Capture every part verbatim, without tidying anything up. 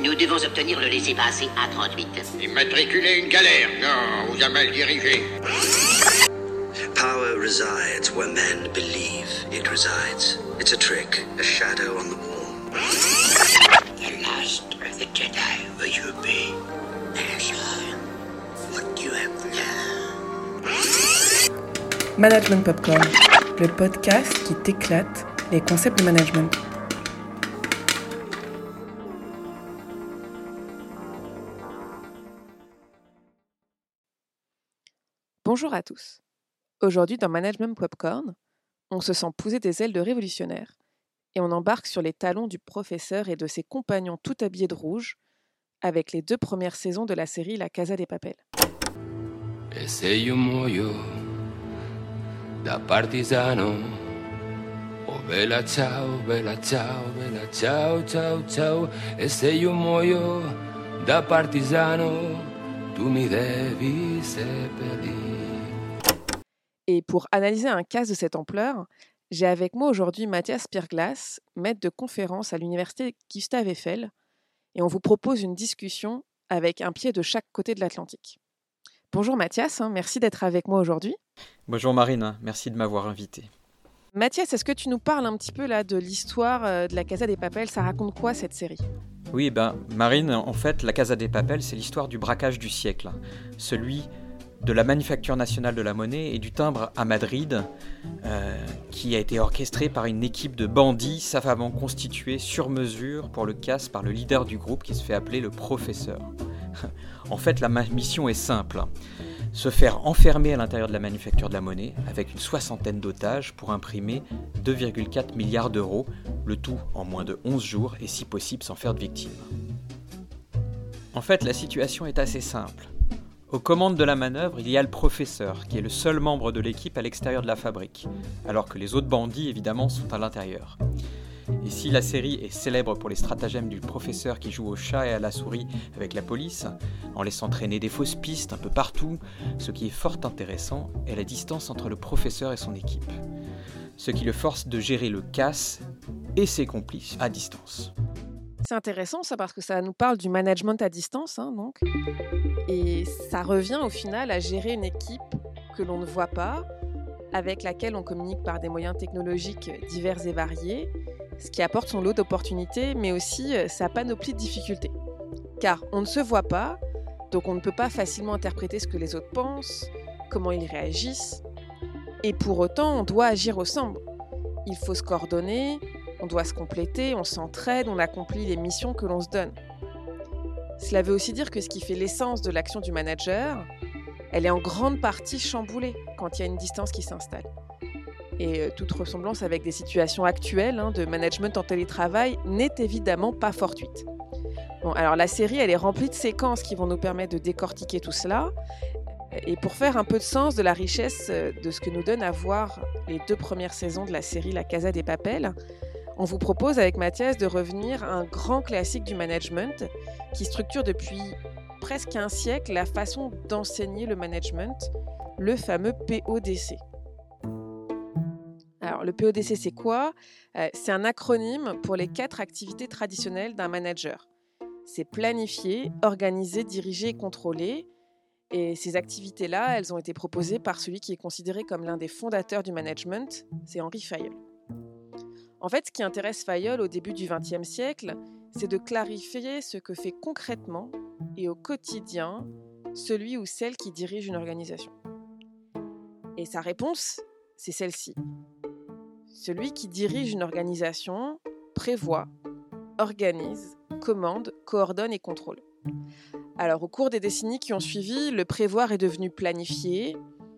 Nous devons obtenir le laissez-passer A trente-huit. Immatriculer une galère. Non, on vous a mal dirigé. Power resides where men believe it resides. It's a trick, a shadow on the wall. The last of the Jedi, will you be? Asshole. What do you have now? Management Popcorn, le podcast qui t'éclate les concepts de management. Bonjour à tous. Aujourd'hui dans Management Popcorn, on se sent pousser des ailes de révolutionnaire et on embarque sur les talons du professeur et de ses compagnons tout habillés de rouge avec les deux premières saisons de la série La Casa de Papel. E se io muoio da partigiano, oh bella ciao, bella ciao, bella ciao, ciao, ciao. E se io muoio da partigiano, tu mi devi seppellire. Et pour analyser un cas de cette ampleur, j'ai avec moi aujourd'hui Mathias Pirglas, maître de conférence à l'université Gustave Eiffel, et on vous propose une discussion avec un pied de chaque côté de l'Atlantique. Bonjour Mathias, hein, merci d'être avec moi aujourd'hui. Bonjour Marine, merci de m'avoir invité. Mathias, est-ce que tu nous parles un petit peu là de l'histoire euh, de la Casa de Papel? Ça raconte quoi cette série? Oui, ben Marine, en fait, la Casa de Papel, c'est l'histoire du braquage du siècle, celui de la Manufacture nationale de la monnaie et du timbre à Madrid, euh, qui a été orchestré par une équipe de bandits savamment constituée sur mesure pour le casse par le leader du groupe qui se fait appeler le professeur. En fait, la mission est simple. Se faire enfermer à l'intérieur de la Manufacture de la monnaie avec une soixantaine d'otages pour imprimer deux virgule quatre milliards d'euros, le tout en moins de onze jours et si possible sans faire de victimes. En fait, la situation est assez simple. Aux commandes de la manœuvre, il y a le professeur, qui est le seul membre de l'équipe à l'extérieur de la fabrique, alors que les autres bandits, évidemment, sont à l'intérieur. Et si la série est célèbre pour les stratagèmes du professeur qui joue au chat et à la souris avec la police, en laissant traîner des fausses pistes un peu partout, ce qui est fort intéressant est la distance entre le professeur et son équipe. Ce qui le force de gérer le casse et ses complices à distance. C'est intéressant ça parce que ça nous parle du management à distance, hein, donc. Et ça revient au final à gérer une équipe que l'on ne voit pas, avec laquelle on communique par des moyens technologiques divers et variés, ce qui apporte son lot d'opportunités, mais aussi sa panoplie de difficultés. Car on ne se voit pas, donc on ne peut pas facilement interpréter ce que les autres pensent, comment ils réagissent, et pour autant on doit agir ensemble. Il faut se coordonner, on doit se compléter, on s'entraide, on accomplit les missions que l'on se donne. Cela veut aussi dire que ce qui fait l'essence de l'action du manager, elle est en grande partie chamboulée quand il y a une distance qui s'installe. Et euh, toute ressemblance avec des situations actuelles hein, de management en télétravail n'est évidemment pas fortuite. Bon, alors la série, elle est remplie de séquences qui vont nous permettre de décortiquer tout cela. Et pour faire un peu de sens de la richesse de ce que nous donne à voir les deux premières saisons de la série La Casa de Papel, on vous propose avec Mathias de revenir à un grand classique du management qui structure depuis presque un siècle la façon d'enseigner le management, le fameux P O D C. Alors le P O D C c'est quoi ? euh, C'est un acronyme pour les quatre activités traditionnelles d'un manager. C'est planifier, organiser, diriger et contrôler. Et ces activités-là, elles ont été proposées par celui qui est considéré comme l'un des fondateurs du management, c'est Henri Fayol. En fait, ce qui intéresse Fayol au début du vingtième siècle, c'est de clarifier ce que fait concrètement et au quotidien celui ou celle qui dirige une organisation. Et sa réponse, c'est celle-ci. Celui qui dirige une organisation prévoit, organise, commande, coordonne et contrôle. Alors, au cours des décennies qui ont suivi, le prévoir est devenu planifier,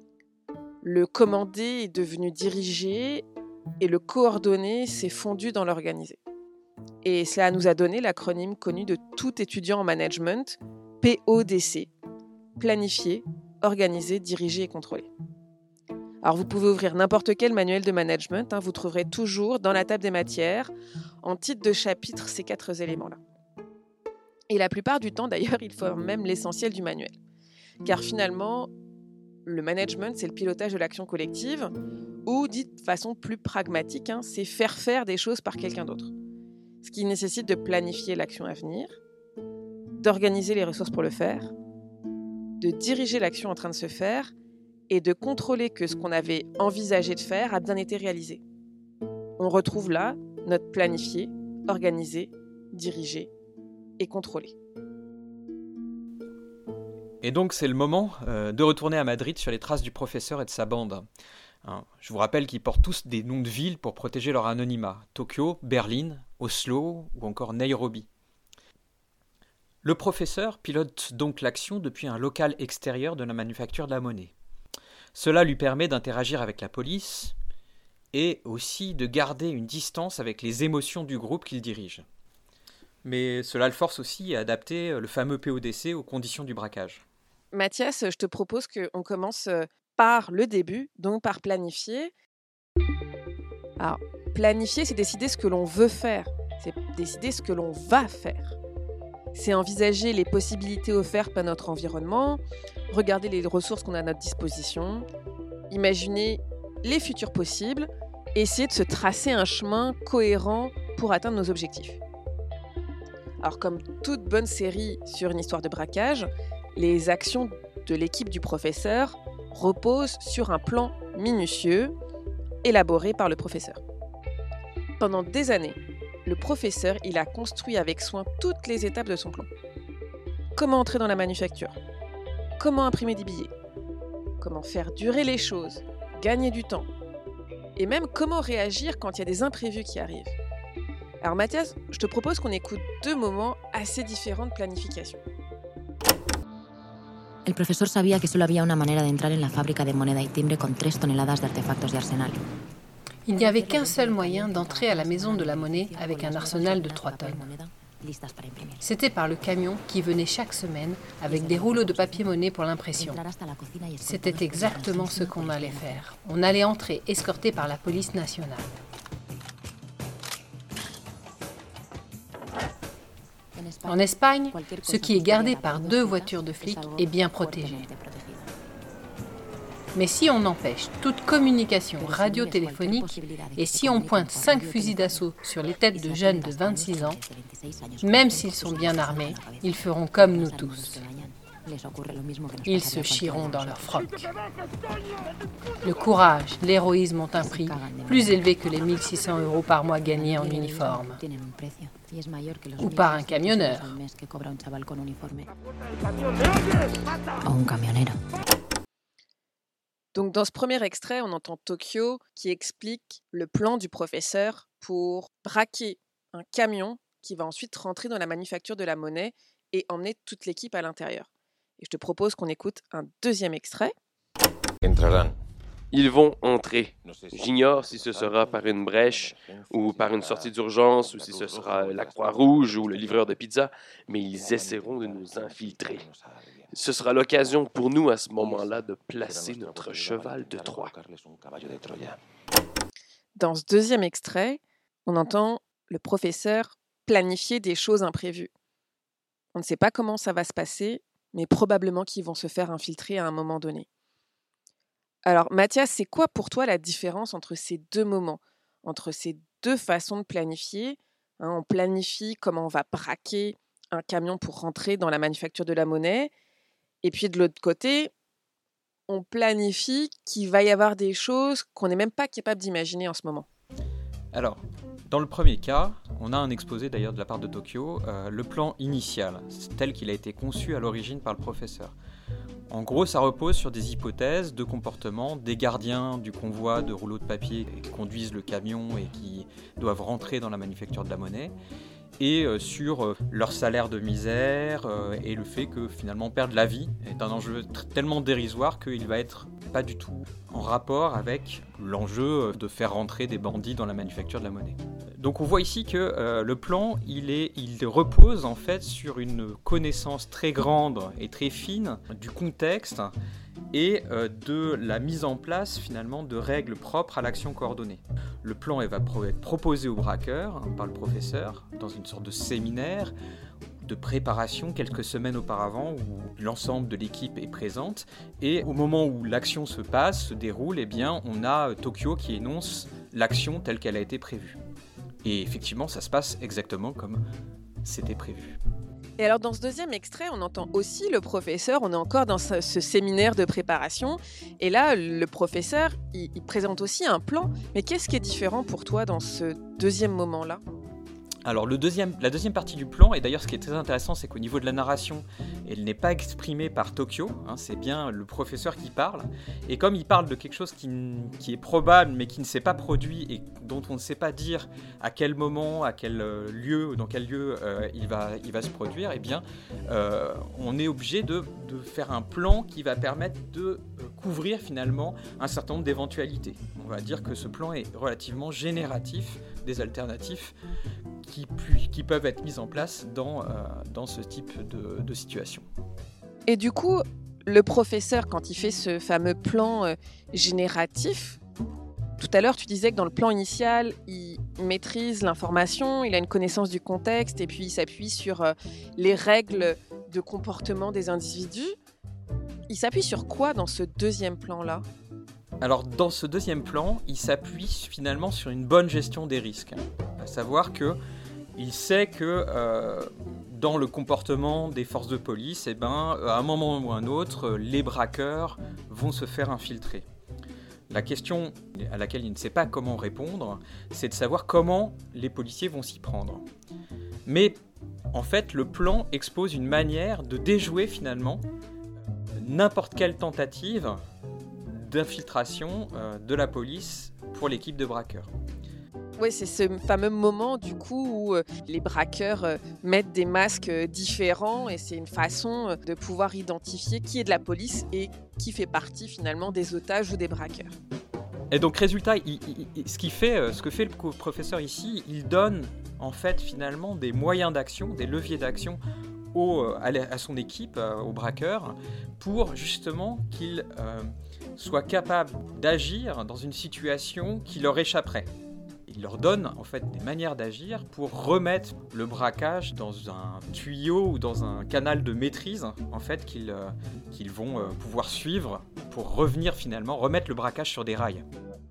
le commander est devenu diriger et le coordonner s'est fondu dans l'organiser. Et cela nous a donné l'acronyme connu de tout étudiant en management, P O D C, planifier, organiser, diriger et contrôler. Alors, vous pouvez ouvrir n'importe quel manuel de management, hein, vous trouverez toujours dans la table des matières, en titre de chapitre, ces quatre éléments-là. Et la plupart du temps, d'ailleurs, ils forment même l'essentiel du manuel. Car finalement, le management, c'est le pilotage de l'action collective, ou dit de façon plus pragmatique, hein, c'est faire faire des choses par quelqu'un d'autre. Ce qui nécessite de planifier l'action à venir, d'organiser les ressources pour le faire, de diriger l'action en train de se faire et de contrôler que ce qu'on avait envisagé de faire a bien été réalisé. On retrouve là notre planifier, organiser, diriger et contrôler. Et donc c'est le moment euh, de retourner à Madrid sur les traces du professeur et de sa bande. Hein, je vous rappelle qu'ils portent tous des noms de villes pour protéger leur anonymat. Tokyo, Berlin, Oslo ou encore Nairobi. Le professeur pilote donc l'action depuis un local extérieur de la manufacture de la monnaie. Cela lui permet d'interagir avec la police et aussi de garder une distance avec les émotions du groupe qu'il dirige. Mais cela le force aussi à adapter le fameux P O D C aux conditions du braquage. Mathias, je te propose qu'on commence par le début, donc par planifier. Alors, planifier, c'est décider ce que l'on veut faire, c'est décider ce que l'on va faire. C'est envisager les possibilités offertes par notre environnement, regarder les ressources qu'on a à notre disposition, imaginer les futurs possibles, essayer de se tracer un chemin cohérent pour atteindre nos objectifs. Alors, comme toute bonne série sur une histoire de braquage, les actions de l'équipe du professeur reposent sur un plan minutieux élaboré par le professeur. Pendant des années, le professeur il a construit avec soin toutes les étapes de son plan. Comment entrer dans la manufacture ? Comment imprimer des billets ? Comment faire durer les choses ? Gagner du temps ? Et même comment réagir quand il y a des imprévus qui arrivent ? Alors Mathias, je te propose qu'on écoute deux moments assez différents de planification. El profesor sabía que solo había una manera de entrar en la fábrica de moneda y timbre con tres toneladas de artefactos de arsenal. Il n'y avait qu'un seul moyen d'entrer à la maison de la monnaie avec un arsenal de trois tonnes. C'était par le camion qui venait chaque semaine avec des rouleaux de papier-monnaie pour l'impression. C'était exactement ce qu'on allait faire. On allait entrer escorté par la police nationale. En Espagne, ce qui est gardé par deux voitures de flics est bien protégé. Mais si on empêche toute communication radio-téléphonique et si on pointe cinq fusils d'assaut sur les têtes de jeunes de vingt-six ans, même s'ils sont bien armés, ils feront comme nous tous. Ils se chieront dans leur froc. Le courage, l'héroïsme ont un prix plus élevé que les mille six cents euros par mois gagnés en uniforme. Ou par un camionneur. O un camionero. Donc dans ce premier extrait, on entend Tokyo qui explique le plan du professeur pour braquer un camion qui va ensuite rentrer dans la manufacture de la monnaie et emmener toute l'équipe à l'intérieur. Et je te propose qu'on écoute un deuxième extrait. Ils vont entrer. J'ignore si ce sera par une brèche ou par une sortie d'urgence ou si ce sera la Croix-Rouge ou le livreur de pizza, mais ils essaieront de nous infiltrer. Ce sera l'occasion pour nous à ce moment-là de placer notre cheval de Troie. Dans ce deuxième extrait, on entend le professeur planifier des choses imprévues. On ne sait pas comment ça va se passer, mais probablement qu'ils vont se faire infiltrer à un moment donné. Alors Mathias, c'est quoi pour toi la différence entre ces deux moments, entre ces deux façons de planifier, hein, on planifie comment on va braquer un camion pour rentrer dans la manufacture de la monnaie, et puis de l'autre côté, on planifie qu'il va y avoir des choses qu'on n'est même pas capable d'imaginer en ce moment. Alors, dans le premier cas, on a un exposé d'ailleurs de la part de Tokyo, euh, le plan initial, tel qu'il a été conçu à l'origine par le professeur. En gros, ça repose sur des hypothèses de comportement des gardiens du convoi de rouleaux de papier qui conduisent le camion et qui doivent rentrer dans la manufacture de la monnaie, et euh, sur euh, leur salaire de misère euh, et le fait que finalement perdre la vie est un enjeu t- tellement dérisoire qu'il va être pas du tout en rapport avec l'enjeu de faire rentrer des bandits dans la manufacture de la monnaie. Donc on voit ici que euh, le plan, il, est, il repose en fait sur une connaissance très grande et très fine du contexte et euh, de la mise en place finalement de règles propres à l'action coordonnée. Le plan il va pro- être proposé au braqueur hein, par le professeur dans une sorte de séminaire de préparation quelques semaines auparavant où l'ensemble de l'équipe est présente et au moment où l'action se passe, se déroule, eh bien, on a Tokyo qui énonce l'action telle qu'elle a été prévue. Et effectivement, ça se passe exactement comme c'était prévu. Et alors dans ce deuxième extrait, on entend aussi le professeur, on est encore dans ce, ce séminaire de préparation, et là le professeur, il, il présente aussi un plan, mais qu'est-ce qui est différent pour toi dans ce deuxième moment-là ? Alors le deuxième, la deuxième partie du plan, et d'ailleurs ce qui est très intéressant, c'est qu'au niveau de la narration, elle n'est pas exprimée par Tokyo, hein, c'est bien le professeur qui parle, et comme il parle de quelque chose qui, qui est probable mais qui ne s'est pas produit et dont on ne sait pas dire à quel moment, à quel lieu, dans quel lieu euh, il, va, il va se produire, eh bien euh, on est obligé de, de faire un plan qui va permettre de couvrir finalement un certain nombre d'éventualités. On va dire que ce plan est relativement génératif des alternatives Qui, qui peuvent être mises en place dans, euh, dans ce type de, de situation. Et du coup, le professeur, quand il fait ce fameux plan euh, génératif, tout à l'heure, tu disais que dans le plan initial, il maîtrise l'information, il a une connaissance du contexte, et puis il s'appuie sur euh, les règles de comportement des individus. Il s'appuie sur quoi dans ce deuxième plan-là ? Alors, dans ce deuxième plan, il s'appuie finalement sur une bonne gestion des risques. À savoir qu'il sait que euh, dans le comportement des forces de police, eh ben, à un moment ou à un autre, les braqueurs vont se faire infiltrer. La question à laquelle il ne sait pas comment répondre, c'est de savoir comment les policiers vont s'y prendre. Mais en fait, le plan expose une manière de déjouer finalement n'importe quelle tentative d'infiltration euh, de la police pour l'équipe de braqueurs. Oui, c'est ce fameux moment du coup où euh, les braqueurs euh, mettent des masques euh, différents et c'est une façon euh, de pouvoir identifier qui est de la police et qui fait partie finalement des otages ou des braqueurs. Et donc résultat, il, il, ce, qui fait, euh, ce que fait le professeur ici, il donne en fait finalement des moyens d'action, des leviers d'action au, à, la, à son équipe, euh, aux braqueurs, pour justement qu'ils euh, soient capables d'agir dans une situation qui leur échapperait. Il leur donne en fait des manières d'agir pour remettre le braquage dans un tuyau ou dans un canal de maîtrise en fait qu'ils, euh, qu'ils vont euh, pouvoir suivre pour revenir finalement, remettre le braquage sur des rails.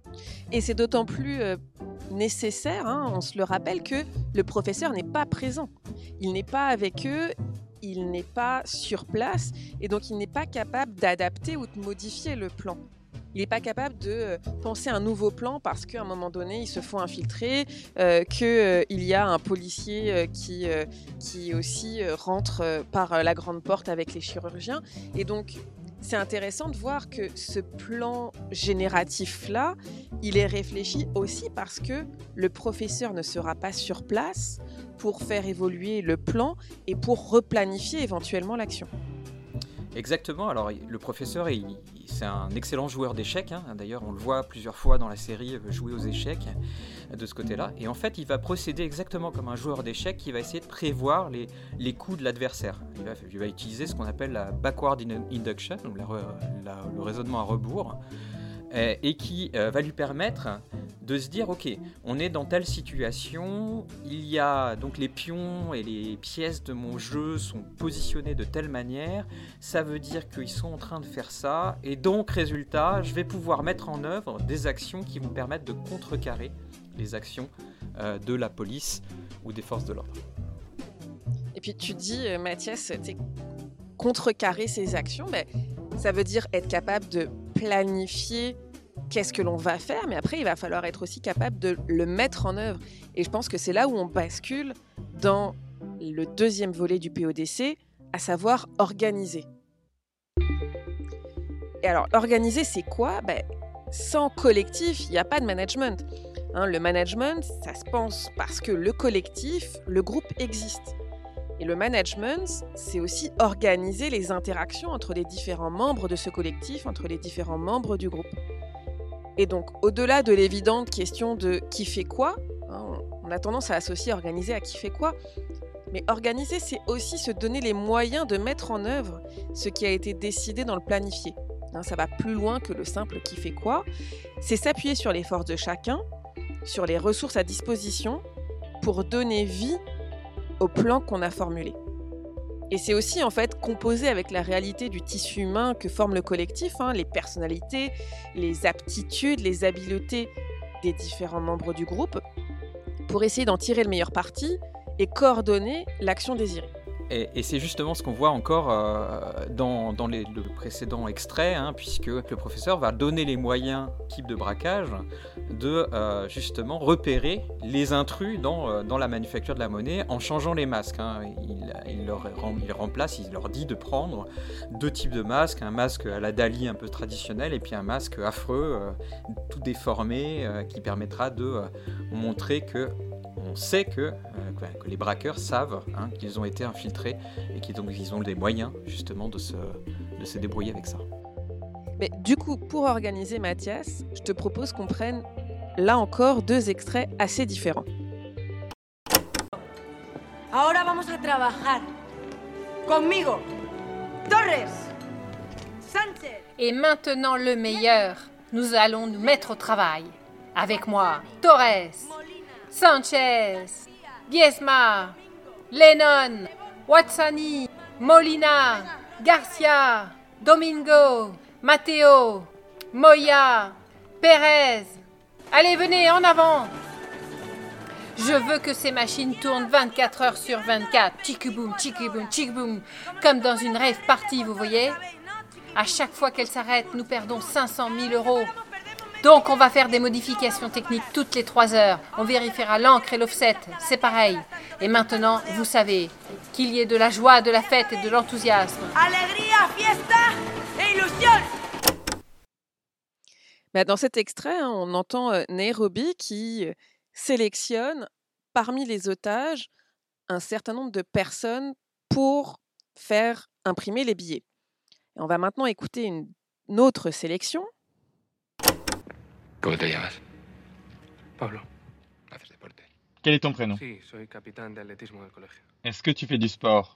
Et c'est d'autant plus euh, nécessaire, hein, on se le rappelle, que le professeur n'est pas présent. Il n'est pas avec eux, il n'est pas sur place et donc il n'est pas capable d'adapter ou de modifier le plan. Il n'est pas capable de penser un nouveau plan parce qu'à un moment donné, ils se font infiltrer, euh, qu'il euh, y a un policier euh, qui, euh, qui aussi euh, rentre euh, par la grande porte avec les chirurgiens. Et donc, c'est intéressant de voir que ce plan génératif-là, il est réfléchi aussi parce que le professeur ne sera pas sur place pour faire évoluer le plan et pour replanifier éventuellement l'action. Exactement, alors le professeur, il, c'est un excellent joueur d'échecs, hein. D'ailleurs on le voit plusieurs fois dans la série jouer aux échecs de ce côté-là, et en fait il va procéder exactement comme un joueur d'échecs qui va essayer de prévoir les, les coups de l'adversaire. Il va, il va utiliser ce qu'on appelle la backward induction, donc la, la, le raisonnement à rebours, et, et qui euh, va lui permettre de se dire, ok, on est dans telle situation, il y a donc les pions et les pièces de mon jeu sont positionnés de telle manière, ça veut dire qu'ils sont en train de faire ça, et donc résultat, je vais pouvoir mettre en œuvre des actions qui vont permettre de contrecarrer les actions euh, de la police ou des forces de l'ordre. Et puis tu dis, euh, Mathias, t'es contrecarrer ces actions, mais ça veut dire être capable de planifier qu'est-ce que l'on va faire, mais après, il va falloir être aussi capable de le mettre en œuvre. Et je pense que c'est là où on bascule dans le deuxième volet du P O D C, à savoir organiser. Et alors, organiser, c'est quoi ? Ben, sans collectif, il n'y a pas de management. Hein, le management, ça se pense parce que le collectif, le groupe existe. Et le management, c'est aussi organiser les interactions entre les différents membres de ce collectif, entre les différents membres du groupe. Et donc, au-delà de l'évidente question de qui fait quoi, hein, on a tendance à associer organiser à qui fait quoi, mais organiser, c'est aussi se donner les moyens de mettre en œuvre ce qui a été décidé dans le planifié. Hein, ça va plus loin que le simple qui fait quoi, c'est s'appuyer sur les forces de chacun, sur les ressources à disposition, pour donner vie au plan qu'on a formulé. Et c'est aussi en fait composer avec la réalité du tissu humain que forme le collectif, hein, les personnalités, les aptitudes, les habiletés des différents membres du groupe, pour essayer d'en tirer le meilleur parti et coordonner l'action désirée. Et, et c'est justement ce qu'on voit encore euh, dans, dans les, le précédent extrait, hein, puisque le professeur va donner les moyens type de braquage de euh, justement repérer les intrus dans, euh, dans la manufacture de la monnaie en changeant les masques. Hein. Il, il, leur, il remplace, il leur dit de prendre deux types de masques, un masque à la Dali un peu traditionnel et puis un masque affreux, euh, tout déformé, euh, qui permettra de euh, montrer que on sait que, euh, que les braqueurs savent hein, qu'ils ont été infiltrés et qu'ils ont, qu'ils ont des moyens justement de se, de se débrouiller avec ça. Mais du coup, pour organiser Mathias, je te propose qu'on prenne là encore deux extraits assez différents. Ahora vamos a trabajar. Conmigo. Torres. Sánchez. Et maintenant le meilleur, nous allons nous mettre au travail. Avec moi, Torres, Sánchez, Biesma, Lennon, Watsani, Molina, Garcia, Domingo, Matteo, Moya, Pérez. Allez, venez, en avant! Je veux que ces machines tournent vingt-quatre heures sur vingt-quatre. Tchikiboum, tchikiboum, tchikiboum. Comme dans une rave party, vous voyez? À chaque fois qu'elles s'arrêtent, nous perdons cinq cent mille euros. Donc, on va faire des modifications techniques toutes les trois heures. On vérifiera l'encre et l'offset, c'est pareil. Et maintenant, vous savez, qu'il y ait de la joie, de la fête et de l'enthousiasme. Alegría, fiesta et illusion. Bah, dans cet extrait, hein, on entend euh, Nairobi qui euh, sélectionne parmi les otages un certain nombre de personnes pour faire imprimer les billets. Et on va maintenant écouter une, une autre sélection. ¿Cómo te llamas? Pablo. ¿Haces deporte? Quel est ton prénom? Sí, soy capitán de atletismo del colegio. Est-ce que tu fais du sport?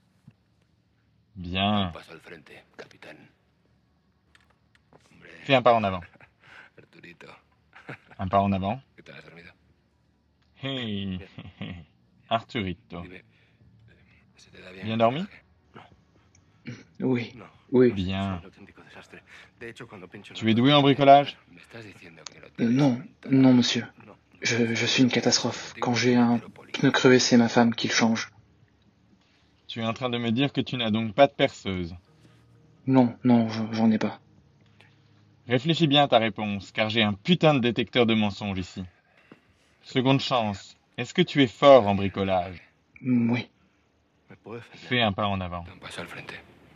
Bien. Un paso al frente, capitán. Hombre. Fais un pas en avant. Arturito. Un pas en avant. ¿Qué tal has dormido? Hey, Arturito. Dime, ¿se te da bien? Bien dormi? No. Oui, No. oui. Bien. Es un auténtico desastre. De hecho, cuando pincho Tu es doué en bricolage? Me estás diciendo que no Euh, non, non, monsieur. Je, je suis une catastrophe. Quand j'ai un pneu crevé, c'est ma femme qui le change. Tu es en train de me dire que tu n'as donc pas de perceuse? Non, non, j'en j'en ai pas. Réfléchis bien à ta réponse, car j'ai un putain de détecteur de mensonges ici. Seconde chance. Est-ce que tu es fort en bricolage? Mm, Oui. Fais un pas en avant. Un paso al frente.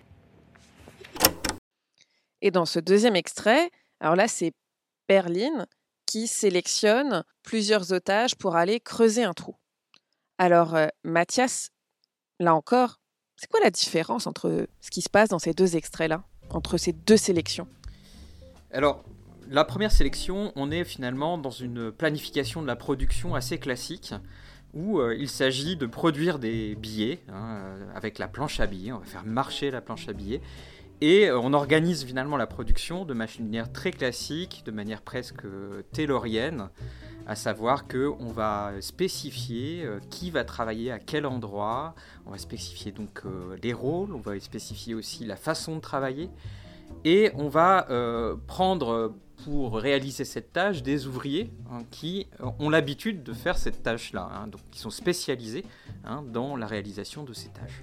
Et dans ce deuxième extrait, alors là, c'est Berlin qui sélectionne plusieurs otages pour aller creuser un trou. Alors, euh, Mathias, là encore, c'est quoi la différence entre ce qui se passe dans ces deux extraits-là, entre ces deux sélections? Alors, la première sélection, on est finalement dans une planification de la production assez classique, où euh, il s'agit de produire des billets, hein, euh, avec la planche à billets, on va faire marcher la planche à billets, et euh, on organise finalement la production de manière très classique, de manière presque euh, taylorienne, à savoir qu'on va spécifier euh, qui va travailler à quel endroit, on va spécifier donc euh, les rôles, on va spécifier aussi la façon de travailler, et on va euh, prendre pour réaliser cette tâche des ouvriers hein, qui ont l'habitude de faire cette tâche-là, hein, donc qui sont spécialisés hein, dans la réalisation de ces tâches.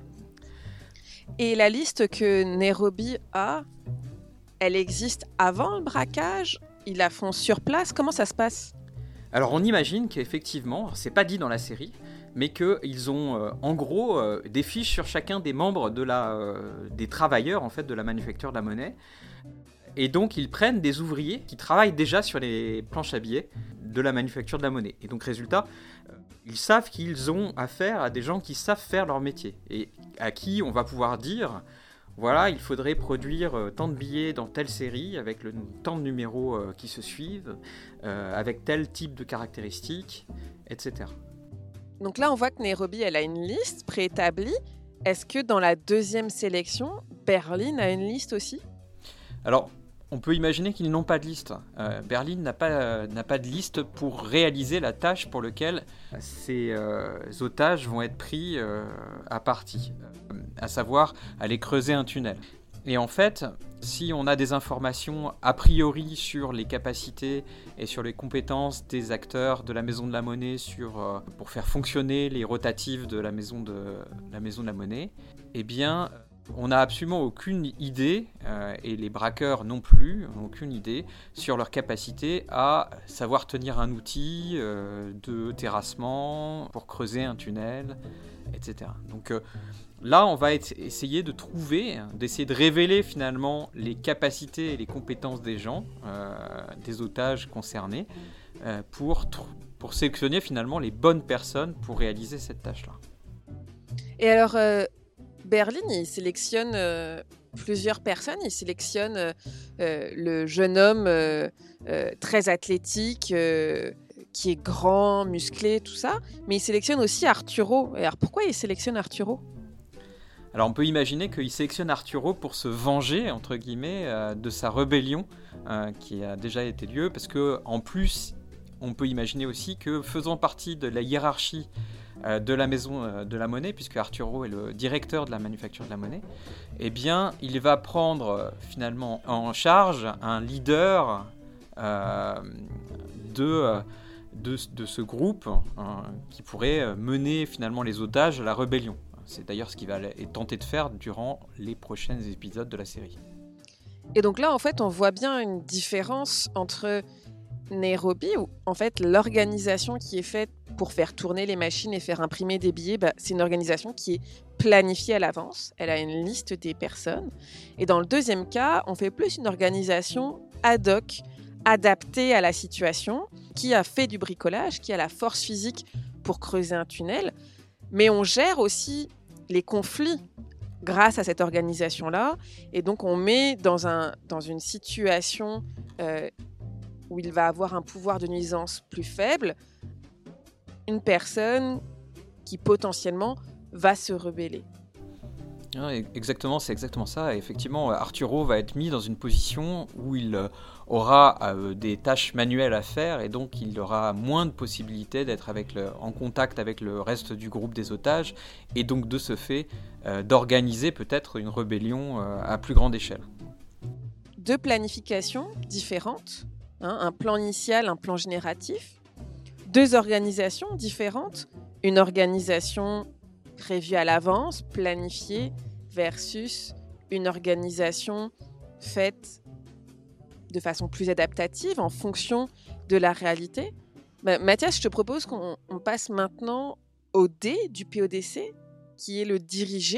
Et la liste que Nairobi a, elle existe avant le braquage? Ils la font sur place? Comment ça se passe? Alors on imagine qu'effectivement, c'est pas dit dans la série, mais qu'ils ont euh, en gros euh, des fiches sur chacun des membres de la, euh, des travailleurs en fait, de la manufacture de la monnaie. Et donc ils prennent des ouvriers qui travaillent déjà sur les planches à billets de la manufacture de la monnaie. Et donc résultat, euh, ils savent qu'ils ont affaire à des gens qui savent faire leur métier et à qui on va pouvoir dire voilà, il faudrait produire euh, tant de billets dans telle série avec le, tant de numéros euh, qui se suivent, euh, avec tel type de caractéristiques, et cetera. Donc là, on voit que Nairobi, elle a une liste préétablie. Est-ce que dans la deuxième sélection, Berlin a une liste aussi? Alors, on peut imaginer qu'ils n'ont pas de liste. Euh, Berlin n'a pas, euh, n'a pas de liste pour réaliser la tâche pour laquelle ces euh, otages vont être pris euh, à partie, euh, à savoir aller creuser un tunnel. Et en fait, si on a des informations a priori sur les capacités et sur les compétences des acteurs de la Maison de la Monnaie sur, euh, pour faire fonctionner les rotatives de la Maison de la, Maison de la Monnaie, eh bien, on n'a absolument aucune idée, euh, et les braqueurs non plus, n'ont aucune idée sur leur capacité à savoir tenir un outil euh, de terrassement pour creuser un tunnel, et cetera. Donc euh, là, on va être, essayer de trouver, d'essayer de révéler finalement les capacités et les compétences des gens, euh, des otages concernés, euh, pour, pour sélectionner finalement les bonnes personnes pour réaliser cette tâche-là. Et alors... Euh... Berlin, il sélectionne euh, plusieurs personnes. Il sélectionne euh, euh, le jeune homme euh, euh, très athlétique, euh, qui est grand, musclé, tout ça. Mais il sélectionne aussi Arturo. Et alors pourquoi il sélectionne Arturo ? Alors on peut imaginer qu'il sélectionne Arturo pour se venger, entre guillemets, euh, de sa rébellion euh, qui a déjà été lieu. Parce qu'en plus, on peut imaginer aussi que faisant partie de la hiérarchie de la Maison de la Monnaie, puisque Arturo est le directeur de la manufacture de la monnaie, eh bien, il va prendre finalement en charge un leader euh, de, de, de ce groupe hein, qui pourrait mener finalement les otages à la rébellion. C'est d'ailleurs ce qu'il va tenter de faire durant les prochains épisodes de la série. Et donc là, en fait, on voit bien une différence entre Nairobi, où en fait l'organisation qui est faite pour faire tourner les machines et faire imprimer des billets, bah, c'est une organisation qui est planifiée à l'avance. Elle a une liste des personnes. Et dans le deuxième cas, on fait plus une organisation ad hoc, adaptée à la situation, qui a fait du bricolage, qui a la force physique pour creuser un tunnel. Mais on gère aussi les conflits grâce à cette organisation-là. Et donc on met dans, un, dans une situation euh, où il va avoir un pouvoir de nuisance plus faible, une personne qui potentiellement va se rebeller. Exactement, c'est exactement ça. Et effectivement, Arturo va être mis dans une position où il aura euh, des tâches manuelles à faire et donc il aura moins de possibilités d'être avec le, en contact avec le reste du groupe des otages et donc de ce fait euh, d'organiser peut-être une rébellion euh, à plus grande échelle. Deux planifications différentes. Hein, un plan initial, un plan génératif, deux organisations différentes, une organisation prévue à l'avance, planifiée, versus une organisation faite de façon plus adaptative en fonction de la réalité. Bah, Mathias, je te propose qu'on on passe maintenant au D du P O D C, qui est le diriger.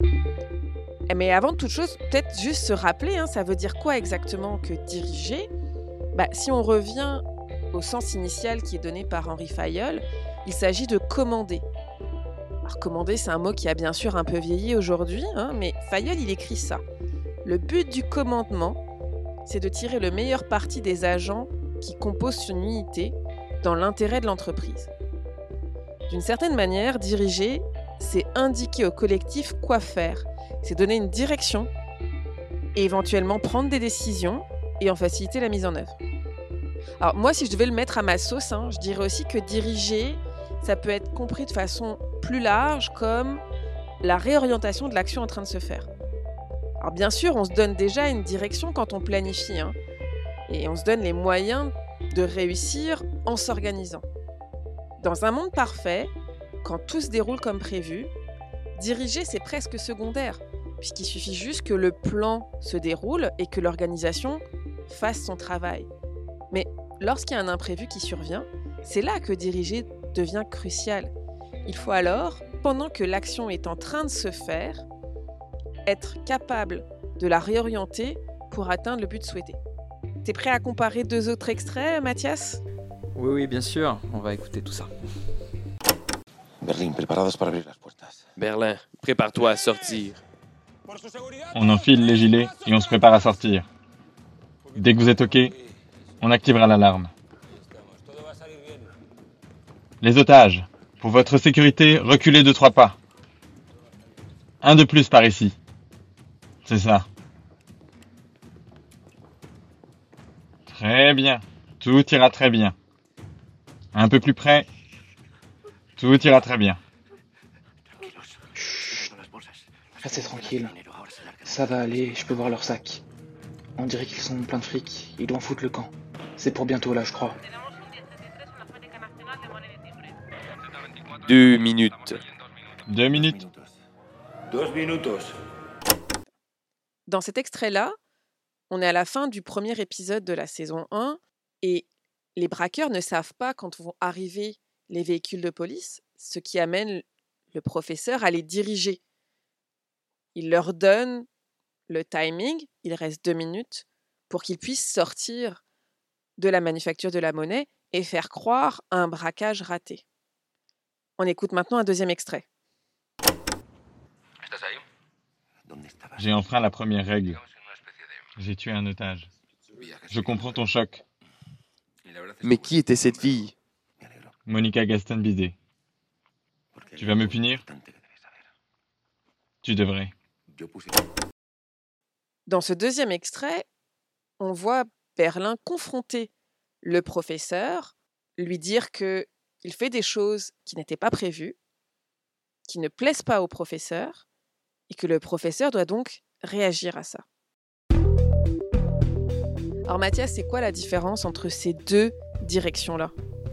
Mais avant de toute chose, peut-être juste se rappeler, hein, ça veut dire quoi exactement que diriger ? Bah, si on revient au sens initial qui est donné par Henri Fayol, il s'agit de commander. Alors commander, c'est un mot qui a bien sûr un peu vieilli aujourd'hui, hein, mais Fayol, il écrit ça. Le but du commandement, c'est de tirer le meilleur parti des agents qui composent une unité dans l'intérêt de l'entreprise. D'une certaine manière, diriger, c'est indiquer au collectif quoi faire. C'est donner une direction et éventuellement prendre des décisions et en faciliter la mise en œuvre. Alors moi, si je devais le mettre à ma sauce, hein, je dirais aussi que diriger, ça peut être compris de façon plus large comme la réorientation de l'action en train de se faire. Alors bien sûr, on se donne déjà une direction quand on planifie, hein, et on se donne les moyens de réussir en s'organisant. Dans un monde parfait, quand tout se déroule comme prévu, diriger, c'est presque secondaire, puisqu'il suffit juste que le plan se déroule et que l'organisation fasse son travail. Mais lorsqu'il y a un imprévu qui survient, c'est là que diriger devient crucial. Il faut alors, pendant que l'action est en train de se faire, être capable de la réorienter pour atteindre le but souhaité. T'es prêt à comparer deux autres extraits, Mathias ? Oui, oui, bien sûr. On va écouter tout ça. Berlin, preparados para abrir las puertas. Berlin, prépare-toi à sortir. On enfile les gilets et on se prépare à sortir. Dès que vous êtes OK, on activera l'alarme. Les otages, pour votre sécurité, reculez de trois pas. Un de plus par ici. C'est ça. Très bien. Tout ira très bien. Un peu plus près. Tout ira très bien. Restez tranquille. Ça va aller, je peux voir leur sac. On dirait qu'ils sont pleins de fric, ils doivent foutre le camp. C'est pour bientôt là, je crois. Deux minutes. Deux minutes. Dos minutos. Dans cet extrait-là, on est à la fin du premier épisode de la saison un et les braqueurs ne savent pas quand vont arriver les véhicules de police, ce qui amène le professeur à les diriger. Il leur donne le timing, il reste deux minutes, pour qu'ils puissent sortir de la manufacture de la monnaie et faire croire à un braquage raté. On écoute maintenant un deuxième extrait. J'ai enfreint la première règle. J'ai tué un otage. Je comprends ton choc. Mais qui était cette fille? Monica Gaston Bizet. Tu vas me punir? Tu devrais. Dans ce deuxième extrait, on voit Berlin confronter le professeur, lui dire qu'il fait des choses qui n'étaient pas prévues, qui ne plaisent pas au professeur, et que le professeur doit donc réagir à ça. Alors Mathias, c'est quoi la différence entre ces deux directions-là?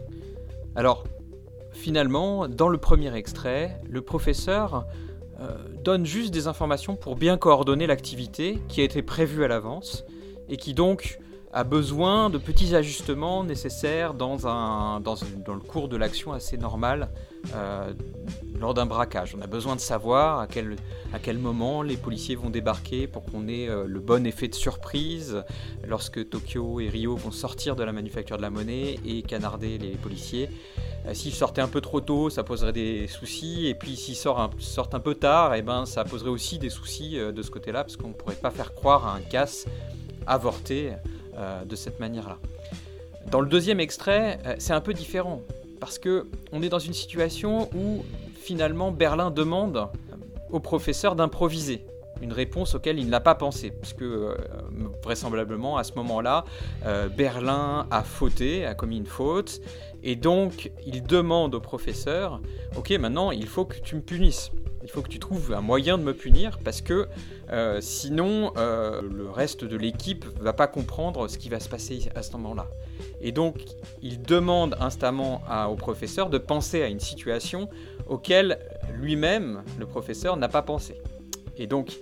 Alors, finalement, dans le premier extrait, le professeur euh, donne juste des informations pour bien coordonner l'activité qui a été prévue à l'avance et qui donc a besoin de petits ajustements nécessaires dans, un, dans, dans le cours de l'action assez normale euh, lors d'un braquage. On a besoin de savoir à quel, à quel moment les policiers vont débarquer pour qu'on ait euh, le bon effet de surprise lorsque Tokyo et Rio vont sortir de la manufacture de la monnaie et canarder les policiers. Euh, s'ils sortaient un peu trop tôt, ça poserait des soucis, et puis s'ils sortent un, sortent un peu tard, eh ben, ça poserait aussi des soucis euh, de ce côté-là, parce qu'on ne pourrait pas faire croire à un casse avorté euh, de cette manière-là. Dans le deuxième extrait, euh, c'est un peu différent, parce qu'on est dans une situation où finalement Berlin demande au professeur d'improviser une réponse auquel il n'a pas pensé, puisque euh, vraisemblablement à ce moment-là, euh, Berlin a fauté, a commis une faute, et donc il demande au professeur « Ok, maintenant il faut que tu me punisses, il faut que tu trouves un moyen de me punir, parce que euh, sinon euh, le reste de l'équipe ne va pas comprendre ce qui va se passer à ce moment-là. » Et donc il demande instamment à, au professeur de penser à une situation auquel lui-même, le professeur, n'a pas pensé. Et donc,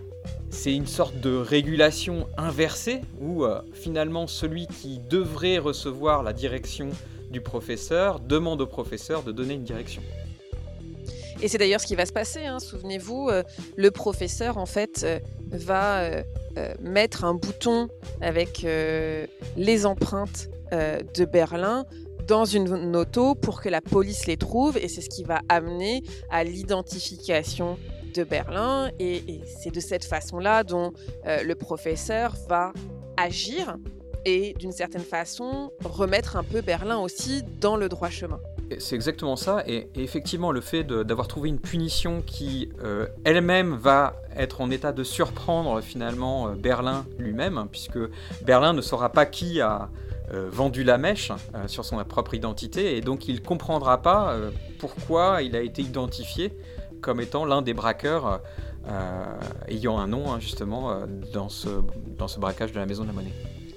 c'est une sorte de régulation inversée où euh, finalement celui qui devrait recevoir la direction du professeur demande au professeur de donner une direction. Et c'est d'ailleurs ce qui va se passer, hein. Souvenez-vous, euh, le professeur en fait euh, va euh, euh, mettre un bouton avec euh, les empreintes euh, de Berlin dans une auto pour que la police les trouve, et c'est ce qui va amener à l'identification de Berlin, et, et c'est de cette façon-là dont euh, le professeur va agir et d'une certaine façon remettre un peu Berlin aussi dans le droit chemin. C'est exactement ça, et, et effectivement le fait de, d'avoir trouvé une punition qui euh, elle-même va être en état de surprendre finalement euh, Berlin lui-même, puisque Berlin ne saura pas qui a euh, vendu la mèche euh, sur son propre identité, et donc il ne comprendra pas euh, pourquoi il a été identifié comme étant l'un des braqueurs euh, ayant un nom hein, justement euh, dans, ce, dans ce braquage de la Maison de la Monnaie.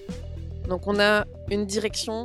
Donc on a une direction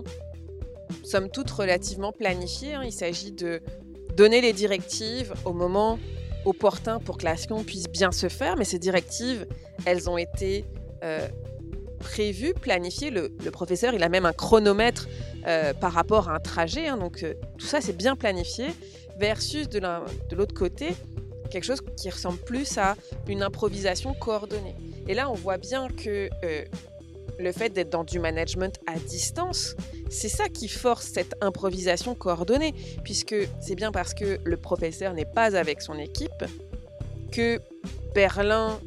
somme toute relativement planifiée, hein. Il s'agit de donner les directives au moment opportun pour que l'action puisse bien se faire, mais ces directives, elles ont été euh, prévues, planifiées. Le, le professeur, il a même un chronomètre euh, par rapport à un trajet, hein. Donc euh, tout ça, c'est bien planifié. Versus de, la, de l'autre côté, quelque chose qui ressemble plus à une improvisation coordonnée. Et là, on voit bien que euh, le fait d'être dans du management à distance, c'est ça qui force cette improvisation coordonnée, puisque c'est bien parce que le professeur n'est pas avec son équipe que Berlin,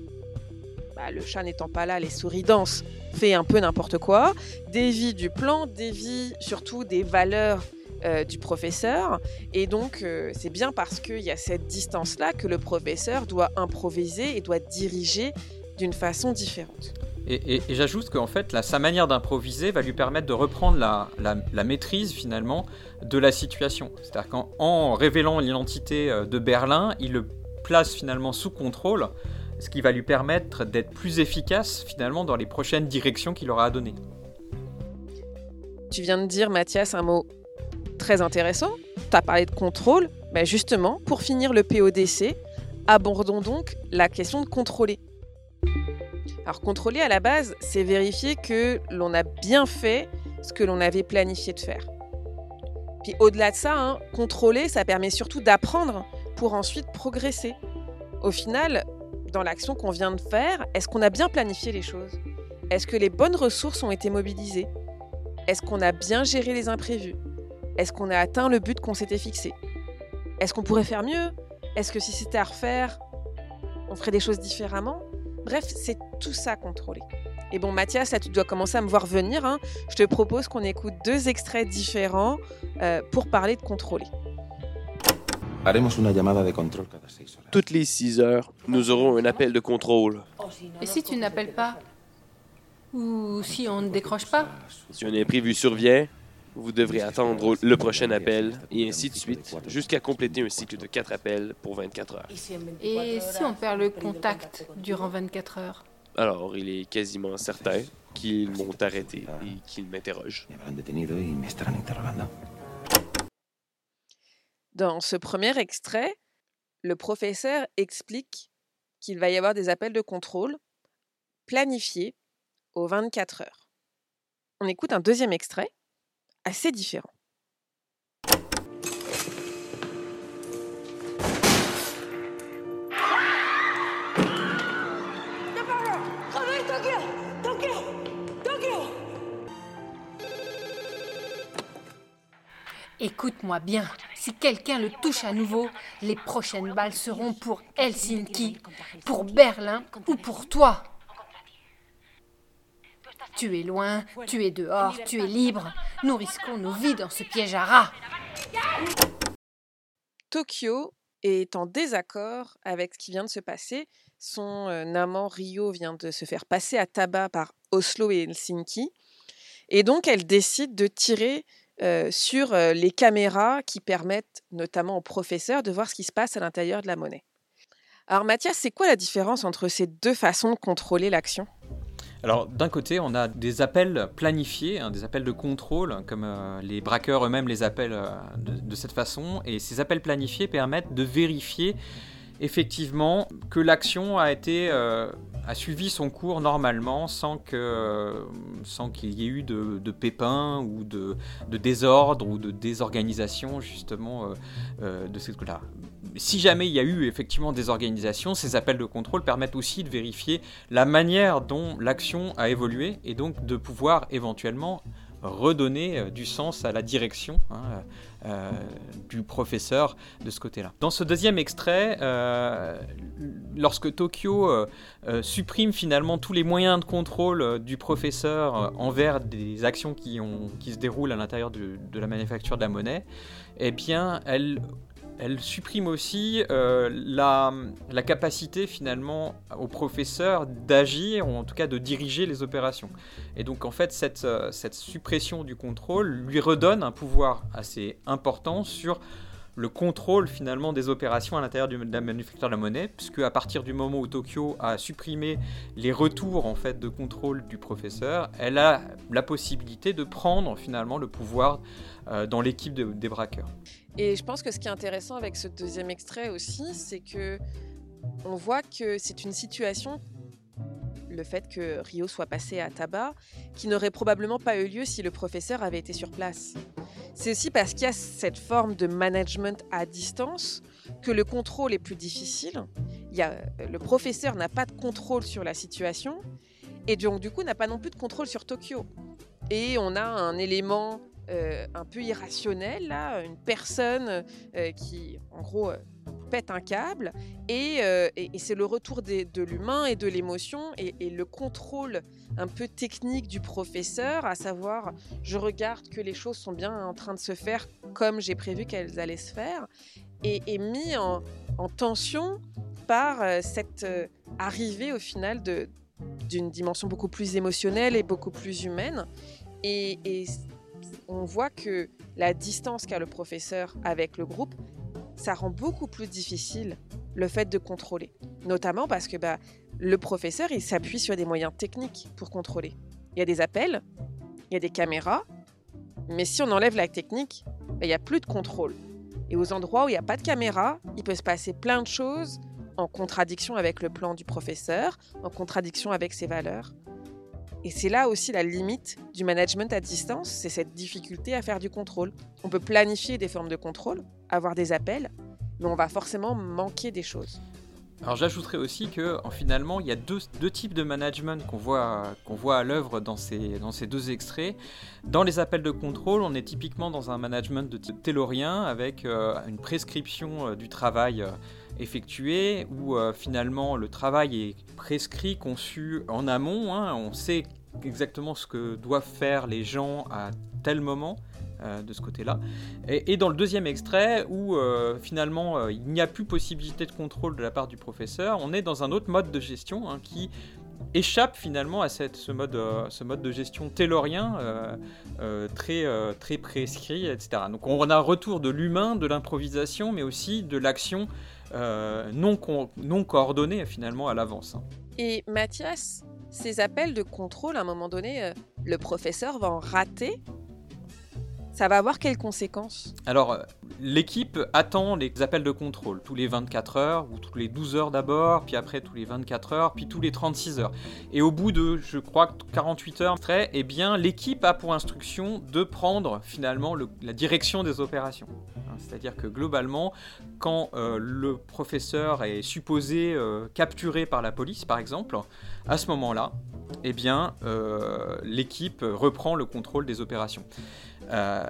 bah, le chat n'étant pas là, les souris dansent, fait un peu n'importe quoi, dévie du plan, dévie surtout des valeurs Euh, du professeur, et donc euh, c'est bien parce qu'il y a cette distance-là que le professeur doit improviser et doit diriger d'une façon différente. Et, et, et j'ajoute qu'en fait, là, sa manière d'improviser va lui permettre de reprendre la, la, la maîtrise finalement de la situation. C'est-à-dire qu'en en révélant l'identité de Berlin, il le place finalement sous contrôle, ce qui va lui permettre d'être plus efficace finalement dans les prochaines directions qu'il aura à donner. Tu viens de dire, Mathias, un mot très intéressant. Tu as parlé de contrôle. Ben justement, pour finir le P O D C, abordons donc la question de contrôler. Alors contrôler à la base, c'est vérifier que l'on a bien fait ce que l'on avait planifié de faire. Puis au-delà de ça, hein, contrôler, ça permet surtout d'apprendre pour ensuite progresser. Au final, dans l'action qu'on vient de faire, est-ce qu'on a bien planifié les choses ? Est-ce que les bonnes ressources ont été mobilisées ? Est-ce qu'on a bien géré les imprévus ? Est-ce qu'on a atteint le but qu'on s'était fixé ? Est-ce qu'on pourrait faire mieux ? Est-ce que si c'était à refaire, on ferait des choses différemment ? Bref, c'est tout ça contrôler. Et bon, Mathias, là, tu dois commencer à me voir venir. Hein. Je te propose qu'on écoute deux extraits différents euh, pour parler de contrôler. Toutes les six heures, nous aurons un appel de contrôle. Et si tu n'appelles pas ? Ou si on ne décroche pas ? Si un imprévu survient, vous devrez attendre le prochain appel, et ainsi de suite, jusqu'à compléter un cycle de quatre appels pour vingt-quatre heures. Et si on perd le contact durant vingt-quatre heures ? Alors, il est quasiment certain qu'ils m'ont arrêté et qu'ils m'interrogent. Dans ce premier extrait, le professeur explique qu'il va y avoir des appels de contrôle planifiés aux vingt-quatre heures. On écoute un deuxième extrait, assez différent. Écoute-moi bien, si quelqu'un le touche à nouveau, les prochaines balles seront pour Helsinki, pour Berlin ou pour toi. Tu es loin, tu es dehors, tu es libre. Nous risquons nos vies dans ce piège à rats. Tokyo est en désaccord avec ce qui vient de se passer. Son euh, amant Rio vient de se faire passer à tabac par Oslo et Helsinki. Et donc, elle décide de tirer euh, sur euh, les caméras qui permettent notamment aux professeurs de voir ce qui se passe à l'intérieur de la monnaie. Alors Mathias, c'est quoi la différence entre ces deux façons de contrôler l'action ? Alors d'un côté, on a des appels planifiés, hein, des appels de contrôle, hein, comme euh, les braqueurs eux-mêmes les appellent euh, de, de cette façon. Et ces appels planifiés permettent de vérifier effectivement que l'action a été euh, a suivi son cours normalement sans que euh, sans qu'il y ait eu de, de pépins ou de, de désordre ou de désorganisation justement euh, euh, de ce côté-là. Si jamais il y a eu effectivement des organisations, ces appels de contrôle permettent aussi de vérifier la manière dont l'action a évolué et donc de pouvoir éventuellement redonner euh, du sens à la direction hein, euh, du professeur de ce côté-là. Dans ce deuxième extrait, euh, lorsque Tokyo euh, euh, supprime finalement tous les moyens de contrôle euh, du professeur euh, envers des actions qui, ont, qui se déroulent à l'intérieur de, de la manufacture de la monnaie, eh bien, elle Elle supprime aussi euh, la, la capacité finalement au professeur d'agir ou en tout cas de diriger les opérations. Et donc en fait cette, euh, cette suppression du contrôle lui redonne un pouvoir assez important sur le contrôle finalement des opérations à l'intérieur de la manufacture de la monnaie, puisque à partir du moment où Tokyo a supprimé les retours en fait de contrôle du professeur, elle a la possibilité de prendre finalement le pouvoir euh, dans l'équipe de, des braqueurs. Et je pense que ce qui est intéressant avec ce deuxième extrait aussi, c'est que on voit que c'est une situation, le fait que Rio soit passé à tabac, qui n'aurait probablement pas eu lieu si le professeur avait été sur place. C'est aussi parce qu'il y a cette forme de management à distance que le contrôle est plus difficile. Il y a, le professeur n'a pas de contrôle sur la situation et donc du coup n'a pas non plus de contrôle sur Tokyo. Et on a un élément euh, un peu irrationnel, là, une personne euh, qui, en gros, euh, pète un câble et, euh, et, et c'est le retour des, de l'humain et de l'émotion et, et le contrôle un peu technique du professeur, à savoir je regarde que les choses sont bien en train de se faire comme j'ai prévu qu'elles allaient se faire et, et mis en, en tension par euh, cette euh, arrivée au final de, d'une dimension beaucoup plus émotionnelle et beaucoup plus humaine et, et on voit que la distance qu'a le professeur avec le groupe, ça rend beaucoup plus difficile le fait de contrôler. Notamment parce que bah, le professeur, il s'appuie sur des moyens techniques pour contrôler. Il y a des appels, il y a des caméras, mais si on enlève la technique, bah, il n'y a plus de contrôle. Et aux endroits où il n'y a pas de caméra, il peut se passer plein de choses en contradiction avec le plan du professeur, en contradiction avec ses valeurs. Et c'est là aussi la limite du management à distance, c'est cette difficulté à faire du contrôle. On peut planifier des formes de contrôle, avoir des appels, mais on va forcément manquer des choses. Alors j'ajouterais aussi que finalement il y a deux, deux types de management qu'on voit, qu'on voit à l'œuvre dans ces, dans ces deux extraits. Dans les appels de contrôle, on est typiquement dans un management de type taylorien avec euh, une prescription euh, du travail euh, effectué où euh, finalement le travail est prescrit, conçu en amont. Hein, on sait exactement ce que doivent faire les gens à tel moment. Euh, de ce côté-là. Et, et dans le deuxième extrait, où euh, finalement euh, il n'y a plus possibilité de contrôle de la part du professeur, on est dans un autre mode de gestion hein, qui échappe finalement à cette, ce, mode, euh, ce mode de gestion taylorien euh, euh, très, euh, très prescrit, et cetera. Donc on a un retour de l'humain, de l'improvisation, mais aussi de l'action euh, non, co- non coordonnée finalement à l'avance. Hein. Et Mathias, ces appels de contrôle, à un moment donné, euh, le professeur va en rater. Ça va avoir quelles conséquences ? Alors, l'équipe attend les appels de contrôle tous les vingt-quatre heures, ou tous les douze heures d'abord, puis après tous les vingt-quatre heures, puis tous les trente-six heures. Et au bout de, je crois, quarante-huit heures, eh bien, l'équipe a pour instruction de prendre finalement le, la direction des opérations. C'est-à-dire que globalement, quand euh, le professeur est supposé euh, capturé par la police, par exemple, à ce moment-là, eh bien, euh, l'équipe reprend le contrôle des opérations. Euh,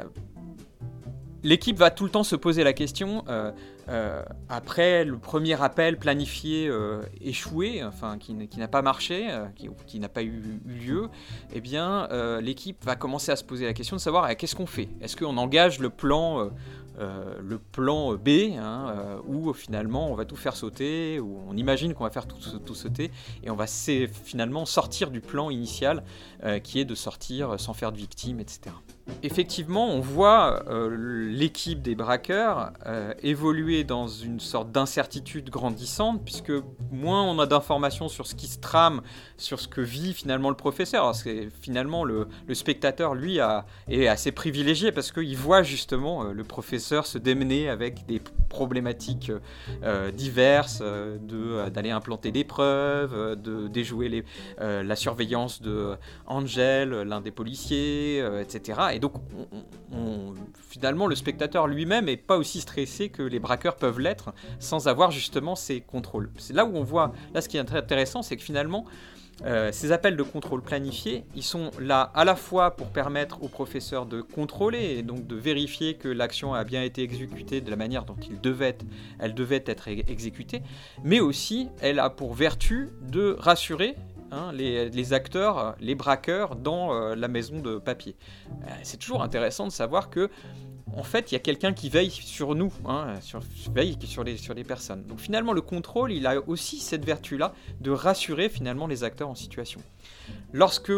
l'équipe va tout le temps se poser la question, euh, euh, après le premier appel planifié euh, échoué, enfin qui, qui n'a pas marché, euh, qui, qui n'a pas eu, eu lieu, eh bien euh, l'équipe va commencer à se poser la question de savoir euh, qu'est-ce qu'on fait ? Est-ce qu'on engage le plan euh, Euh, le plan B, hein, euh, où finalement on va tout faire sauter, où on imagine qu'on va faire tout, tout sauter, et on va finalement sortir du plan initial, euh, qui est de sortir sans faire de victimes, et cetera. Effectivement, on voit euh, l'équipe des braqueurs euh, évoluer dans une sorte d'incertitude grandissante, puisque moins on a d'informations sur ce qui se trame, sur ce que vit finalement le professeur. Parce que finalement, le, le spectateur, lui, a, est assez privilégié, parce qu'il voit justement euh, le professeur se démener avec des problématiques euh, diverses, euh, de, euh, d'aller implanter des preuves, euh, de déjouer les, euh, la surveillance de Angel, l'un des policiers, euh, et cetera. Et donc, on, on, finalement, le spectateur lui-même n'est pas aussi stressé que les braqueurs peuvent l'être, sans avoir justement ces contrôles. C'est là où on voit, là ce qui est intéressant, c'est que finalement, Euh, ces appels de contrôle planifiés, ils sont là à la fois pour permettre au professeur de contrôler et donc de vérifier que l'action a bien été exécutée de la manière dont il devait, elle devait être exécutée, mais aussi elle a pour vertu de rassurer hein, les, les acteurs, les braqueurs dans euh, la maison de papier. Euh, c'est toujours intéressant de savoir que en fait, il y a quelqu'un qui veille sur nous, hein, sur, veille sur les, sur les personnes. Donc finalement, le contrôle, il a aussi cette vertu-là de rassurer finalement les acteurs en situation. Lorsque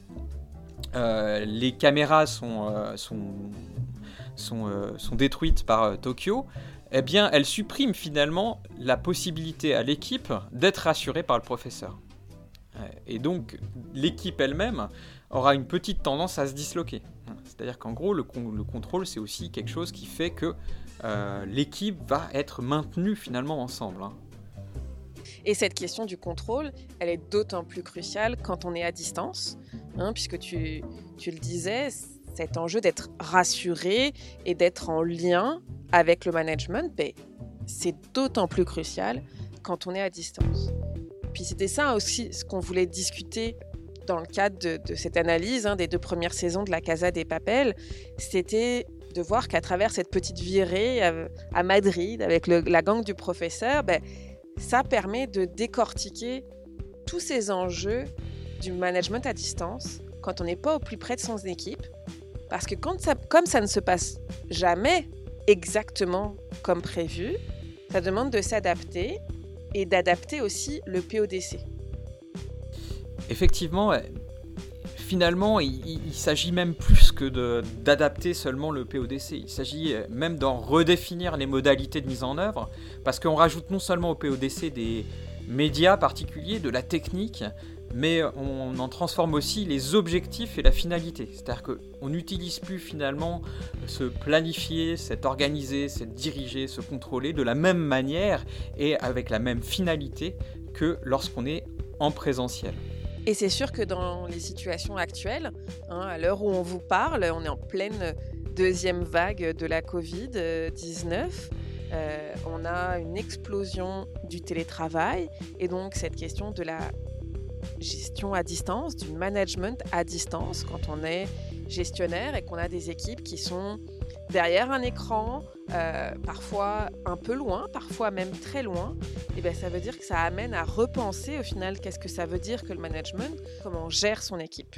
euh, les caméras sont, euh, sont, sont, euh, sont détruites par euh, Tokyo, eh bien, elles suppriment finalement la possibilité à l'équipe d'être rassurée par le professeur. Et donc, l'équipe elle-même aura une petite tendance à se disloquer. C'est-à-dire qu'en gros, le, con- le contrôle, c'est aussi quelque chose qui fait que euh, l'équipe va être maintenue finalement ensemble. Hein. Et cette question du contrôle, elle est d'autant plus cruciale quand on est à distance, hein, puisque tu, tu le disais, cet enjeu d'être rassuré et d'être en lien avec le management, ben, c'est d'autant plus crucial quand on est à distance. Puis c'était ça aussi ce qu'on voulait discuter dans le cadre de, de cette analyse hein, des deux premières saisons de La Casa de Papel, c'était de voir qu'à travers cette petite virée à, à Madrid avec le, la gang du professeur, ben, ça permet de décortiquer tous ces enjeux du management à distance quand on n'est pas au plus près de son équipe. Parce que quand ça, comme ça ne se passe jamais exactement comme prévu, ça demande de s'adapter et d'adapter aussi le P O D C. Effectivement, finalement, il, il s'agit même plus que de, d'adapter seulement le P O D C. Il s'agit même d'en redéfinir les modalités de mise en œuvre, parce qu'on rajoute non seulement au P O D C des médias particuliers, de la technique, mais on en transforme aussi les objectifs et la finalité. C'est-à-dire qu'on n'utilise plus finalement se planifier, s'être organisé, s'être dirigé, se contrôler de la même manière et avec la même finalité que lorsqu'on est en présentiel. Et c'est sûr que dans les situations actuelles, hein, à l'heure où on vous parle, on est en pleine deuxième vague de la covid dix-neuf. Euh, on a une explosion du télétravail et donc cette question de la gestion à distance, du management à distance, quand on est gestionnaire et qu'on a des équipes qui sont derrière un écran, euh, parfois un peu loin, parfois même très loin, et bien ça veut dire que ça amène à repenser au final qu'est-ce que ça veut dire que le management, comment on gère son équipe.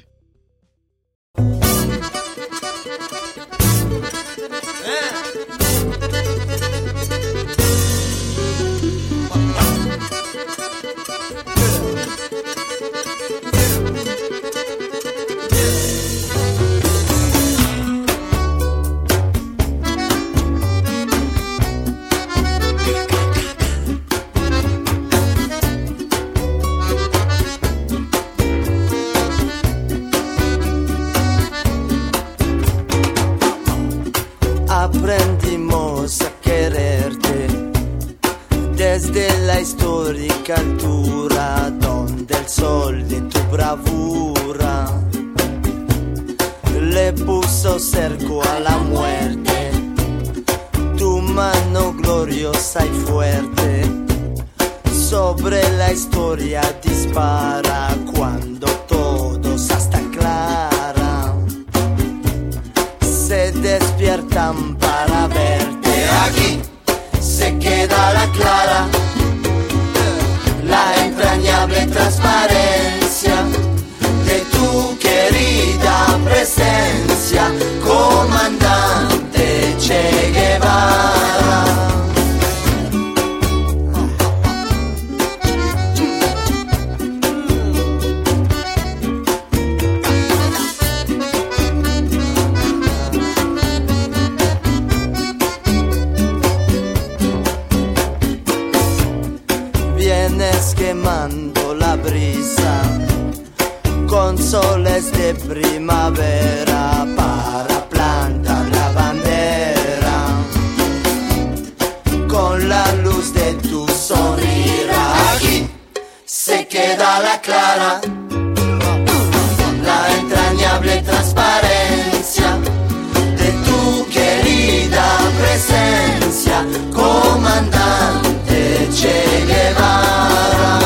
Aprendimos a quererte desde la histórica altura donde el sol de tu bravura le puso cerco a la muerte. Tu mano gloriosa y fuerte sobre la historia dispara cuando todos hasta clara se despiertan para verte. Aquí se queda la clara, la entrañable transparencia de tu querida presencia, comandante Che Guevara. Quemando la brisa con soles de primavera para plantar la bandera con la luz de tu sonrisa. Aquí se queda la clara, la entrañable transparencia de tu querida presencia, comandante Che Guevara.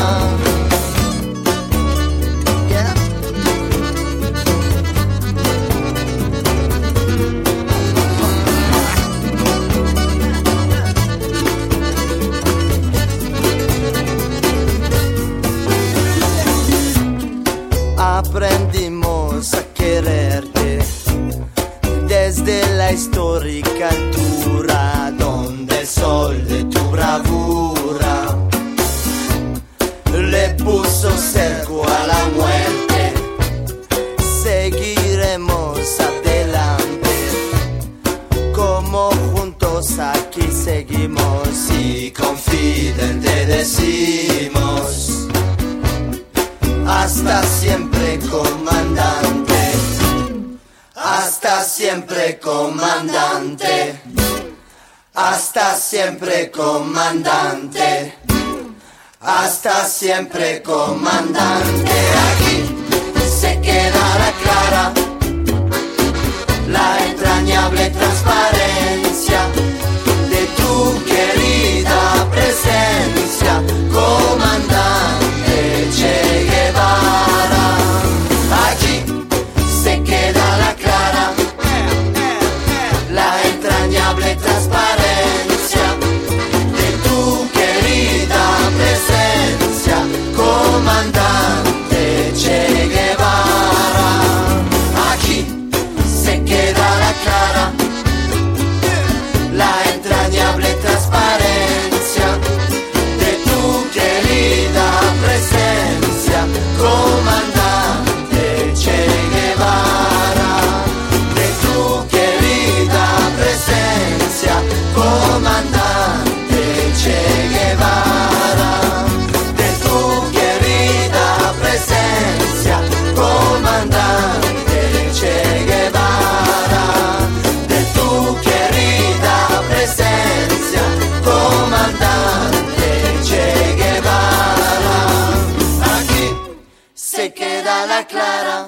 Aprendimos a quererte desde la histórica altura donde el sol de tu bravura le puso cerco a la muerte. Seguiremos adelante como juntos aquí seguimos y confidente decimos hasta siempre, comandante. Hasta siempre, comandante. Hasta siempre, comandante. Hasta siempre, comandante. Aquí se queda la clara, la entrañable transparencia de tu querida presencia, comandante Che Guevara. Aquí se queda la clara, la entrañable transparencia de tu querida presencia, comandante Che Guevara. Aquí se queda la clara, la entrañable transparencia a la clara.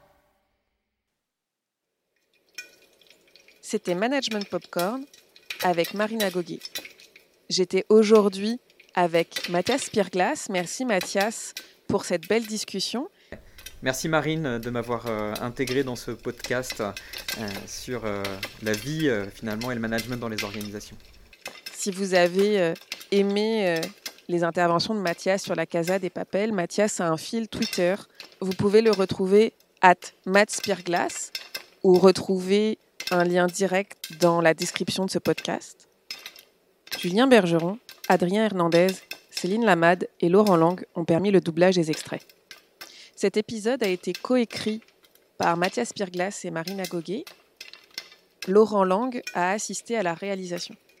C'était Management Popcorn avec Marina Goguet. J'étais aujourd'hui avec Mathias Spierglas. Merci Mathias pour cette belle discussion. Merci Marine de m'avoir euh, intégré dans ce podcast euh, sur euh, la vie euh, finalement et le management dans les organisations. Si vous avez euh, aimé euh, les interventions de Mathias sur la Casa de Papel, Mathias a un fil Twitter. Vous pouvez le retrouver at matspierglas ou retrouver un lien direct dans la description de ce podcast. Julien Bergeron, Adrien Hernandez, Céline Lamade et Laurent Lang ont permis le doublage des extraits. Cet épisode a été coécrit par Mathias Spierglas et Marina Goguet. Laurent Lang a assisté à la réalisation.